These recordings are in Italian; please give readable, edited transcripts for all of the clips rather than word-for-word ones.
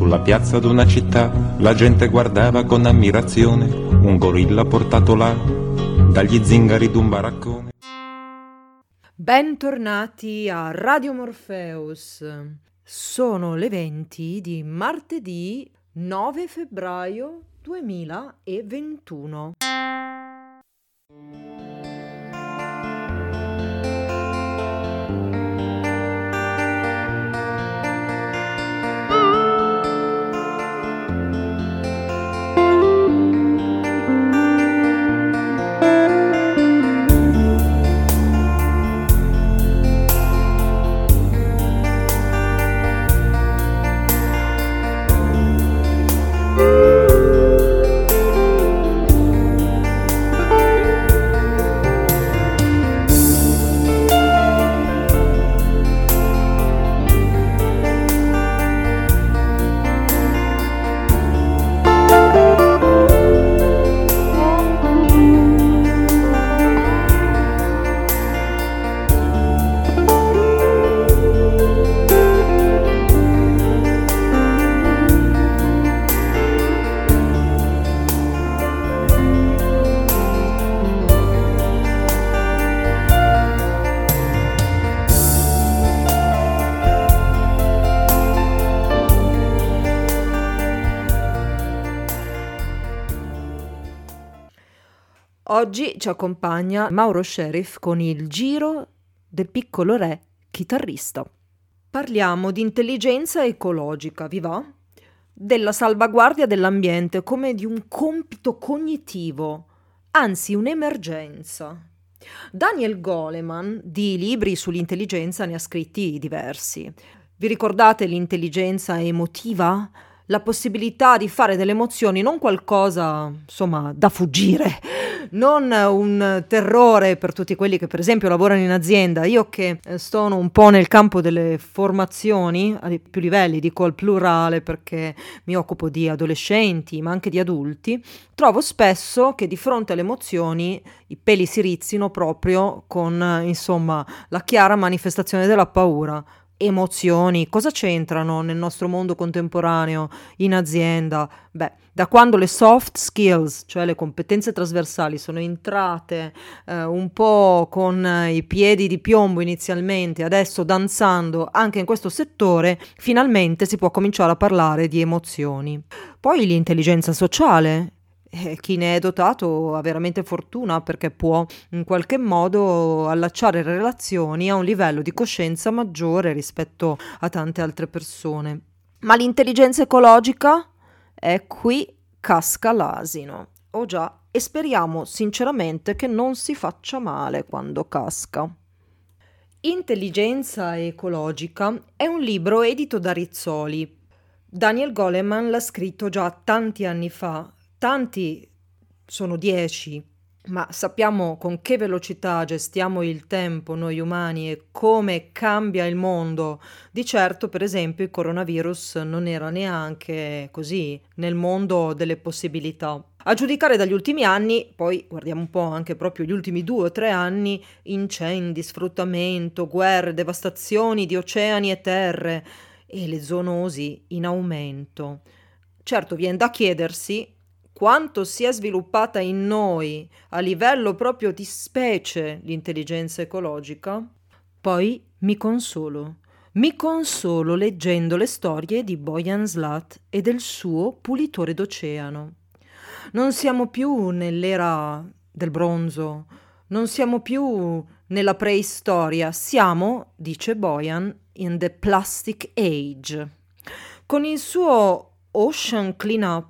Sulla piazza d'una città la gente guardava con ammirazione un gorilla portato là dagli zingari d'un baraccone. Bentornati a Radio Morpheus. Sono le 20 di martedì 9 febbraio 2021. Oggi ci accompagna Mauro Sheriff con il Giro del piccolo re chitarrista. Parliamo di intelligenza ecologica, vi va? Della salvaguardia dell'ambiente come di un compito cognitivo, anzi un'emergenza. Daniel Goleman di libri sull'intelligenza ne ha scritti diversi. Vi ricordate l'intelligenza emotiva? La possibilità di fare delle emozioni non qualcosa, insomma, da fuggire, non un terrore per tutti quelli che per esempio lavorano in azienda. Io che sono un po' nel campo delle formazioni a più livelli, dico al plurale perché mi occupo di adolescenti ma anche di adulti, trovo spesso che di fronte alle emozioni i peli si rizzino proprio con, insomma, la chiara manifestazione della paura. Emozioni, cosa c'entrano nel nostro mondo contemporaneo, in azienda? Beh, da quando le soft skills, cioè le competenze trasversali, sono entrate un po' con i piedi di piombo inizialmente, adesso danzando anche in questo settore, finalmente si può cominciare a parlare di emozioni. Poi l'intelligenza sociale. Chi ne è dotato ha veramente fortuna perché può in qualche modo allacciare relazioni a un livello di coscienza maggiore rispetto a tante altre persone. Ma l'intelligenza ecologica? È qui casca l'asino. Oh già, e speriamo sinceramente che non si faccia male quando casca. Intelligenza ecologica è un libro edito da Rizzoli. Daniel Goleman l'ha scritto già tanti anni fa. Tanti sono 10, ma sappiamo con che velocità gestiamo il tempo noi umani e come cambia il mondo. Di certo, per esempio, il coronavirus non era neanche così nel mondo delle possibilità. A giudicare dagli ultimi anni, poi guardiamo un po' anche proprio gli ultimi 2 o 3 anni, incendi, sfruttamento, guerre, devastazioni di oceani e terre e le zoonosi in aumento. Certo, viene da chiedersi quanto si è sviluppata in noi a livello proprio di specie l'intelligenza ecologica. Poi mi consolo leggendo le storie di Boyan Slat e del suo pulitore d'oceano. Non siamo più nell'era del bronzo, non siamo più nella preistoria, siamo, dice Boyan, in the plastic age. Con il suo Ocean Cleanup,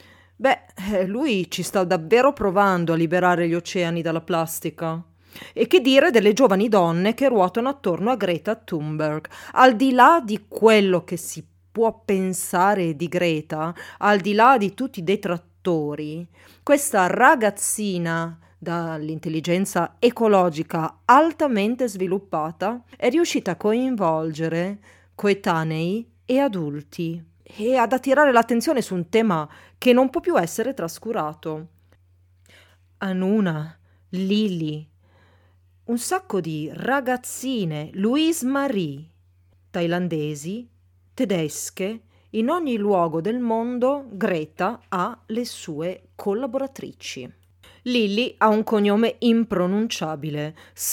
lui ci sta davvero provando a liberare gli oceani dalla plastica. E che dire delle giovani donne che ruotano attorno a Greta Thunberg? Al di là di quello che si può pensare di Greta, al di là di tutti i detrattori, questa ragazzina dall'intelligenza ecologica altamente sviluppata è riuscita a coinvolgere coetanei e adulti e ad attirare l'attenzione su un tema che non può più essere trascurato. Anuna, Lily, un sacco di ragazzine, Louise Marie, thailandesi, tedesche, In ogni luogo del mondo Greta ha le sue collaboratrici. Lily ha un cognome impronunciabile,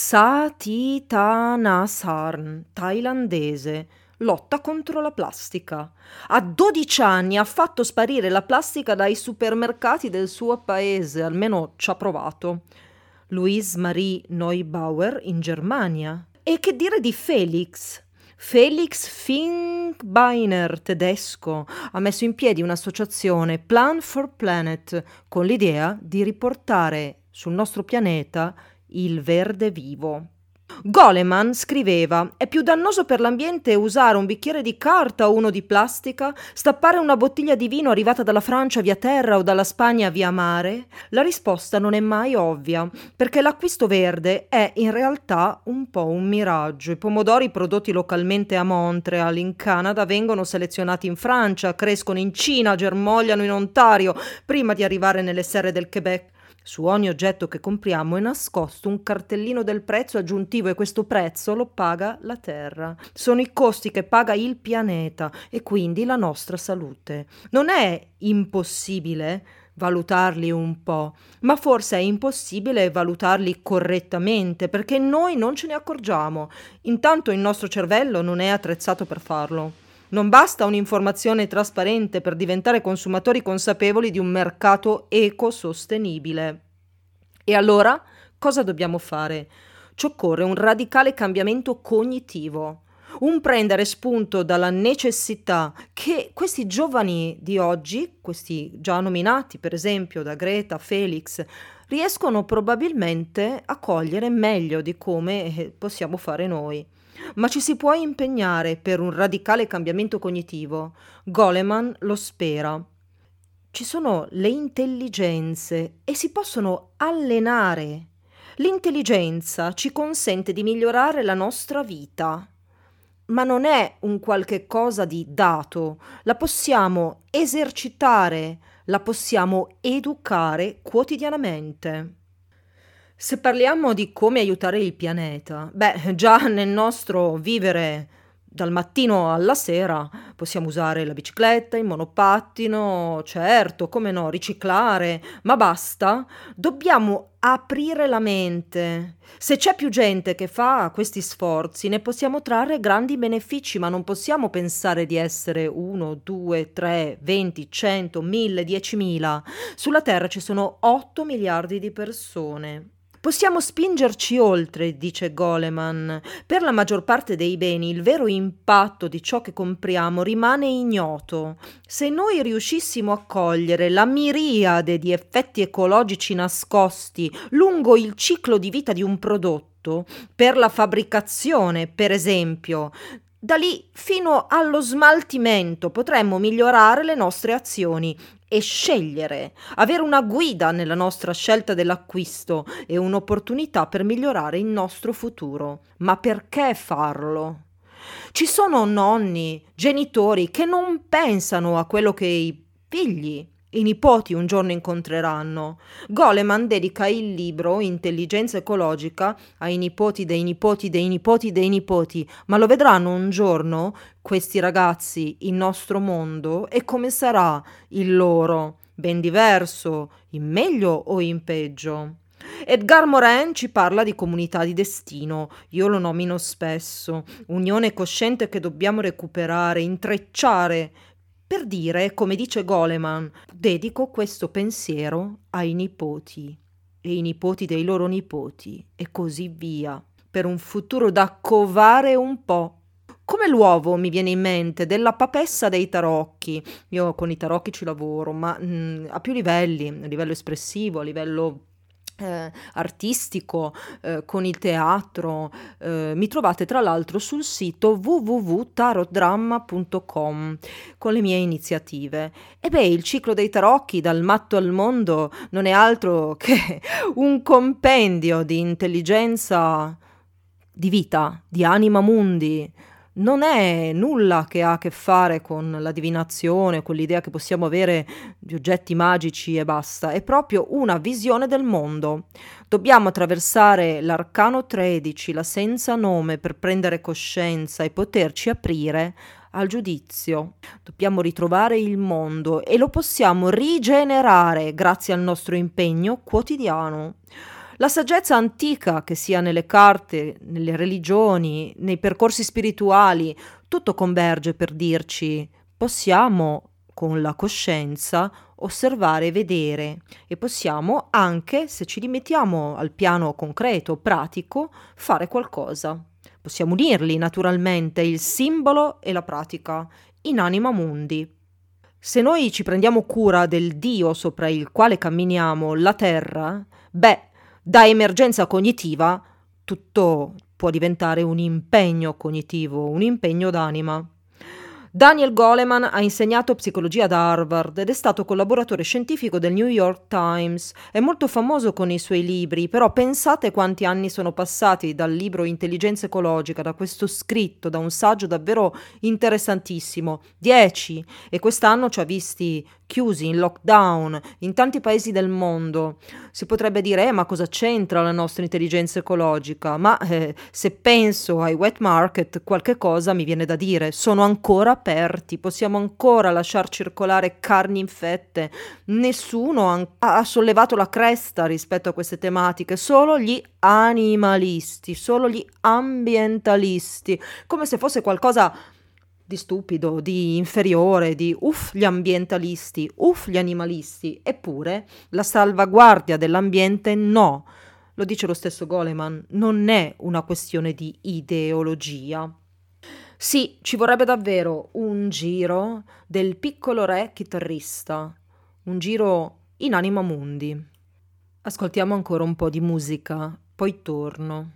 Sathitanasarn, thailandese. Lotta contro la plastica. A 12 anni ha fatto sparire la plastica dai supermercati del suo paese, almeno ci ha provato. Louise Marie Neubauer in Germania. E che dire di Felix? Felix Finkbeiner, tedesco, ha messo in piedi un'associazione, Plan for Planet, con l'idea di riportare sul nostro pianeta il verde vivo. Goleman scriveva: è più dannoso per l'ambiente usare un bicchiere di carta o uno di plastica, stappare una bottiglia di vino arrivata dalla Francia via terra o dalla Spagna via mare? La risposta non è mai ovvia, perché l'acquisto verde è in realtà un po' un miraggio. I pomodori prodotti localmente a Montreal, in Canada, vengono selezionati in Francia, crescono in Cina, germogliano in Ontario, prima di arrivare nelle serre del Quebec. Su ogni oggetto che compriamo è nascosto un cartellino del prezzo aggiuntivo e questo prezzo lo paga la Terra. Sono i costi che paga il pianeta e quindi la nostra salute. Non è impossibile valutarli un po', ma forse è impossibile valutarli correttamente perché noi non ce ne accorgiamo. Intanto il nostro cervello non è attrezzato per farlo. Non basta un'informazione trasparente per diventare consumatori consapevoli di un mercato ecosostenibile. E allora cosa dobbiamo fare? Ci occorre un radicale cambiamento cognitivo, un prendere spunto dalla necessità che questi giovani di oggi, questi già nominati per esempio da Greta, Felix, riescono probabilmente a cogliere meglio di come possiamo fare noi. Ma ci si può impegnare per un radicale cambiamento cognitivo. Goleman lo spera. Ci sono le intelligenze e si possono allenare. L'intelligenza ci consente di migliorare la nostra vita, ma non è un qualche cosa di dato. La possiamo esercitare, la possiamo educare quotidianamente. Se parliamo di come aiutare il pianeta, già nel nostro vivere dal mattino alla sera possiamo usare la bicicletta, il monopattino, certo, come no, riciclare, ma basta? Dobbiamo aprire la mente. Se c'è più gente che fa questi sforzi, ne possiamo trarre grandi benefici, ma non possiamo pensare di essere 1, 2, 3, 20, 100, 1000, 10.000. Sulla Terra ci sono 8 miliardi di persone. Possiamo spingerci oltre, dice Goleman. Per la maggior parte dei beni il vero impatto di ciò che compriamo rimane ignoto. Se noi riuscissimo a cogliere la miriade di effetti ecologici nascosti lungo il ciclo di vita di un prodotto, per la fabbricazione, per esempio, da lì fino allo smaltimento potremmo migliorare le nostre azioni e scegliere, avere una guida nella nostra scelta dell'acquisto e un'opportunità per migliorare il nostro futuro. Ma perché farlo? Ci sono nonni, genitori che non pensano a quello che i figli, i nipoti un giorno incontreranno. Goleman dedica il libro Intelligenza ecologica ai nipoti dei nipoti dei nipoti dei nipoti, ma lo vedranno un giorno questi ragazzi, il nostro mondo, e come sarà il loro? Ben diverso, in meglio o in peggio? Edgar Morin ci parla di comunità di destino, io lo nomino spesso, unione cosciente che dobbiamo recuperare, intrecciare, per dire, come dice Goleman, dedico questo pensiero ai nipoti e i nipoti dei loro nipoti e così via, per un futuro da covare un po'. Come l'uovo mi viene in mente della papessa dei tarocchi. Io con i tarocchi ci lavoro, ma a più livelli, a livello espressivo, a livello artistico, con il teatro. Mi trovate tra l'altro sul sito www.tarotdramma.com con le mie iniziative. Il ciclo dei tarocchi dal matto al mondo non è altro che un compendio di intelligenza, di vita, di anima mundi, non è nulla che ha a che fare con la divinazione, con l'idea che possiamo avere di oggetti magici e basta, è proprio una visione del mondo. Dobbiamo attraversare l'arcano 13, la senza nome, per prendere coscienza e poterci aprire al giudizio. Dobbiamo ritrovare il mondo e lo possiamo rigenerare grazie al nostro impegno quotidiano. La saggezza antica, che sia nelle carte, nelle religioni, nei percorsi spirituali, tutto converge per dirci: possiamo, con la coscienza, osservare e vedere, e possiamo anche, se ci rimettiamo al piano concreto, pratico, fare qualcosa. Possiamo unirli naturalmente, il simbolo e la pratica, in anima mundi. Se noi ci prendiamo cura del Dio sopra il quale camminiamo, la terra, da emergenza cognitiva tutto può diventare un impegno cognitivo, un impegno d'anima. Daniel Goleman ha insegnato psicologia ad Harvard ed è stato collaboratore scientifico del New York Times. È molto famoso con i suoi libri, però pensate quanti anni sono passati dal libro Intelligenza ecologica, da questo scritto, da un saggio davvero interessantissimo. 10, e quest'anno ci ha visti chiusi in lockdown in tanti paesi del mondo. Si potrebbe dire, ma cosa c'entra la nostra intelligenza ecologica? Ma se penso ai wet market, qualche cosa mi viene da dire. Sono ancora aperti, possiamo ancora lasciar circolare carni infette. Nessuno ha sollevato la cresta rispetto a queste tematiche, solo gli animalisti, solo gli ambientalisti, come se fosse qualcosa di stupido, di inferiore, di gli ambientalisti, gli animalisti. Eppure la salvaguardia dell'ambiente no. Lo dice lo stesso Goleman, non è una questione di ideologia. Sì, ci vorrebbe davvero un giro del piccolo re chitarrista, un giro in anima mundi. Ascoltiamo ancora un po' di musica, poi torno.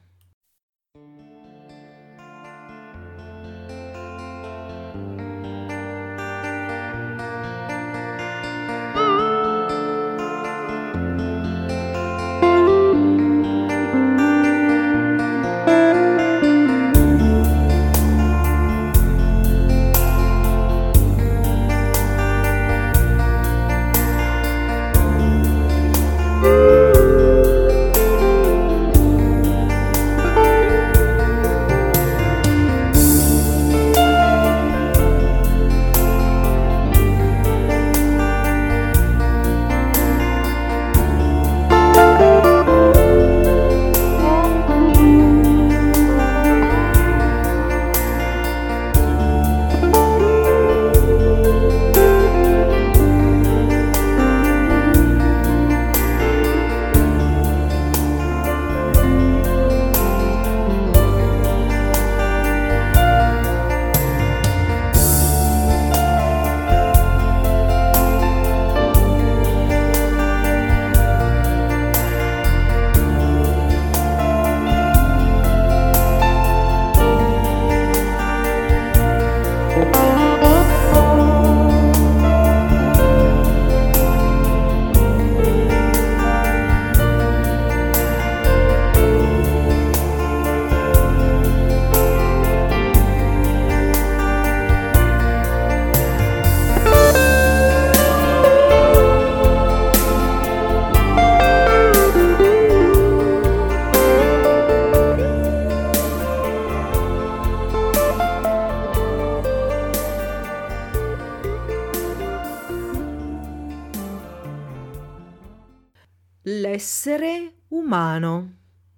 L'essere umano.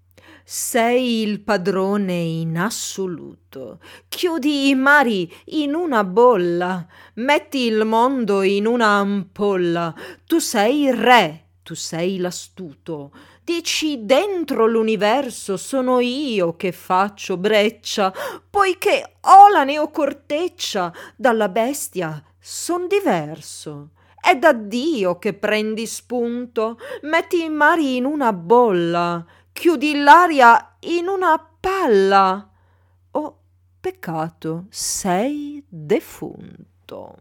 Sei il padrone in assoluto. Chiudi i mari in una bolla, metti il mondo in una ampolla. Tu sei il re, tu sei l'astuto. Dici dentro l'universo sono io che faccio breccia, poiché ho la neocorteccia, dalla bestia son diverso. È da Dio che prendi spunto, metti i mari in una bolla, chiudi l'aria in una palla. Oh, peccato, sei defunto.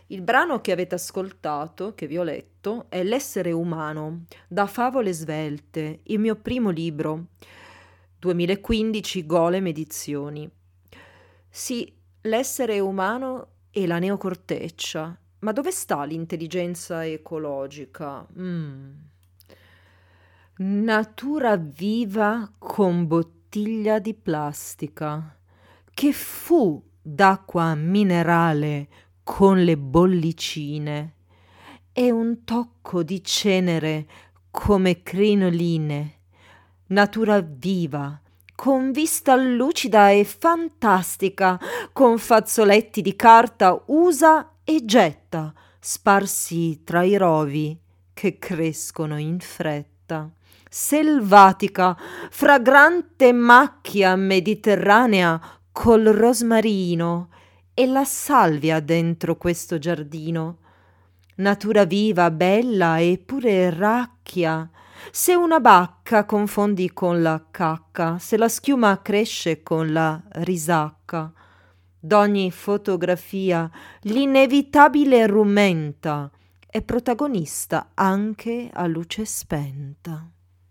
Il brano che avete ascoltato, che vi ho letto, è L'essere umano, da Favole svelte, il mio primo libro, 2015, Golem Edizioni. Sì, l'essere umano e la neocorteccia. Ma dove sta l'intelligenza ecologica? Natura viva con bottiglia di plastica, che fu d'acqua minerale con le bollicine e un tocco di cenere come crinoline. Natura viva, con vista lucida e fantastica, con fazzoletti di carta usa e getta, sparsi tra i rovi che crescono in fretta. Selvatica, fragrante macchia mediterranea col rosmarino e la salvia dentro questo giardino. Natura viva, bella e pure racchia. Se una bacca confondi con la cacca, se la schiuma cresce con la risacca, d'ogni fotografia l'inevitabile rumenta è protagonista anche a luce spenta.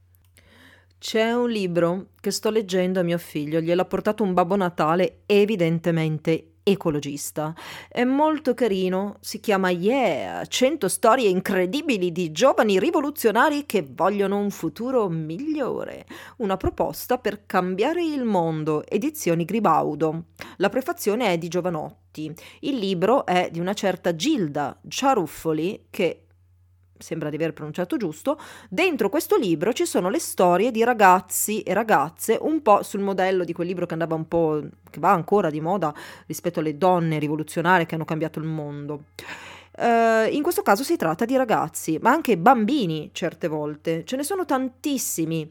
C'è un libro che sto leggendo a mio figlio, gliel'ha portato un Babbo Natale evidentemente ecologista. È molto carino, si chiama 100 storie incredibili di giovani rivoluzionari che vogliono un futuro migliore. Una proposta per cambiare il mondo, edizioni Gribaudo. La prefazione è di Giovanotti. Il libro è di una certa Gilda Ciaruffoli che sembra di aver pronunciato giusto. Dentro questo libro ci sono le storie di ragazzi e ragazze un po' sul modello di quel libro che andava un po', che va ancora di moda rispetto alle donne rivoluzionarie che hanno cambiato il mondo. In questo caso si tratta di ragazzi, ma anche bambini certe volte. Ce ne sono tantissimi.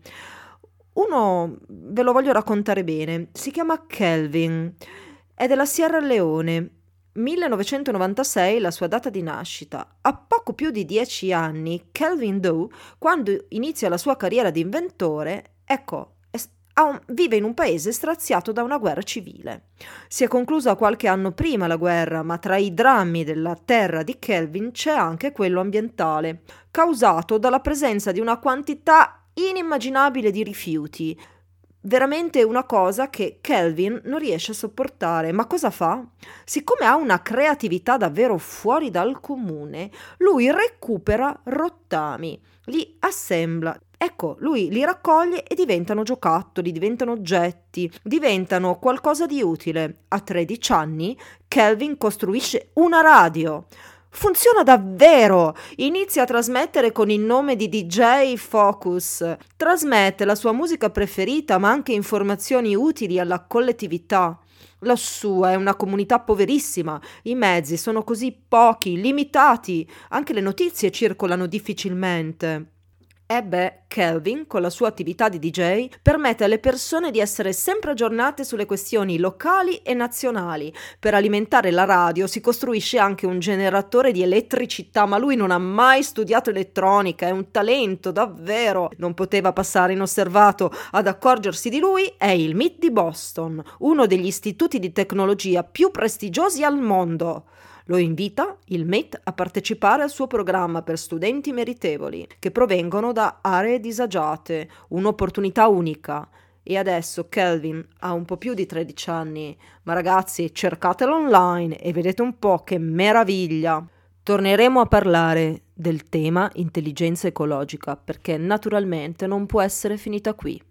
Uno ve lo voglio raccontare bene. Si chiama Kelvin. È della Sierra Leone. 1996 la sua data di nascita. A poco più di 10 anni, Kelvin Doe, quando inizia la sua carriera di inventore, vive in un paese straziato da una guerra civile. Si è conclusa qualche anno prima la guerra, ma tra i drammi della terra di Kelvin c'è anche quello ambientale, causato dalla presenza di una quantità inimmaginabile di rifiuti. Veramente una cosa che Kelvin non riesce a sopportare. Ma cosa fa? Siccome ha una creatività davvero fuori dal comune, lui recupera rottami, li assembla. Ecco, lui li raccoglie e diventano giocattoli, diventano oggetti, diventano qualcosa di utile. A 13 anni Kelvin costruisce una radio. Funziona davvero! Inizia a trasmettere con il nome di DJ Focus. Trasmette la sua musica preferita, ma anche informazioni utili alla collettività. La sua è una comunità poverissima, i mezzi sono così pochi, limitati, anche le notizie circolano difficilmente. Kelvin, con la sua attività di DJ, permette alle persone di essere sempre aggiornate sulle questioni locali e nazionali. Per alimentare la radio si costruisce anche un generatore di elettricità, ma lui non ha mai studiato elettronica, è un talento, davvero. Non poteva passare inosservato. Ad accorgersi di lui è il MIT di Boston, uno degli istituti di tecnologia più prestigiosi al mondo. Lo invita, il MIT, a partecipare al suo programma per studenti meritevoli che provengono da aree disagiate, un'opportunità unica. E adesso Kelvin ha un po' più di 13 anni, ma ragazzi, cercatelo online e vedete un po' che meraviglia. Torneremo a parlare del tema intelligenza ecologica perché naturalmente non può essere finita qui.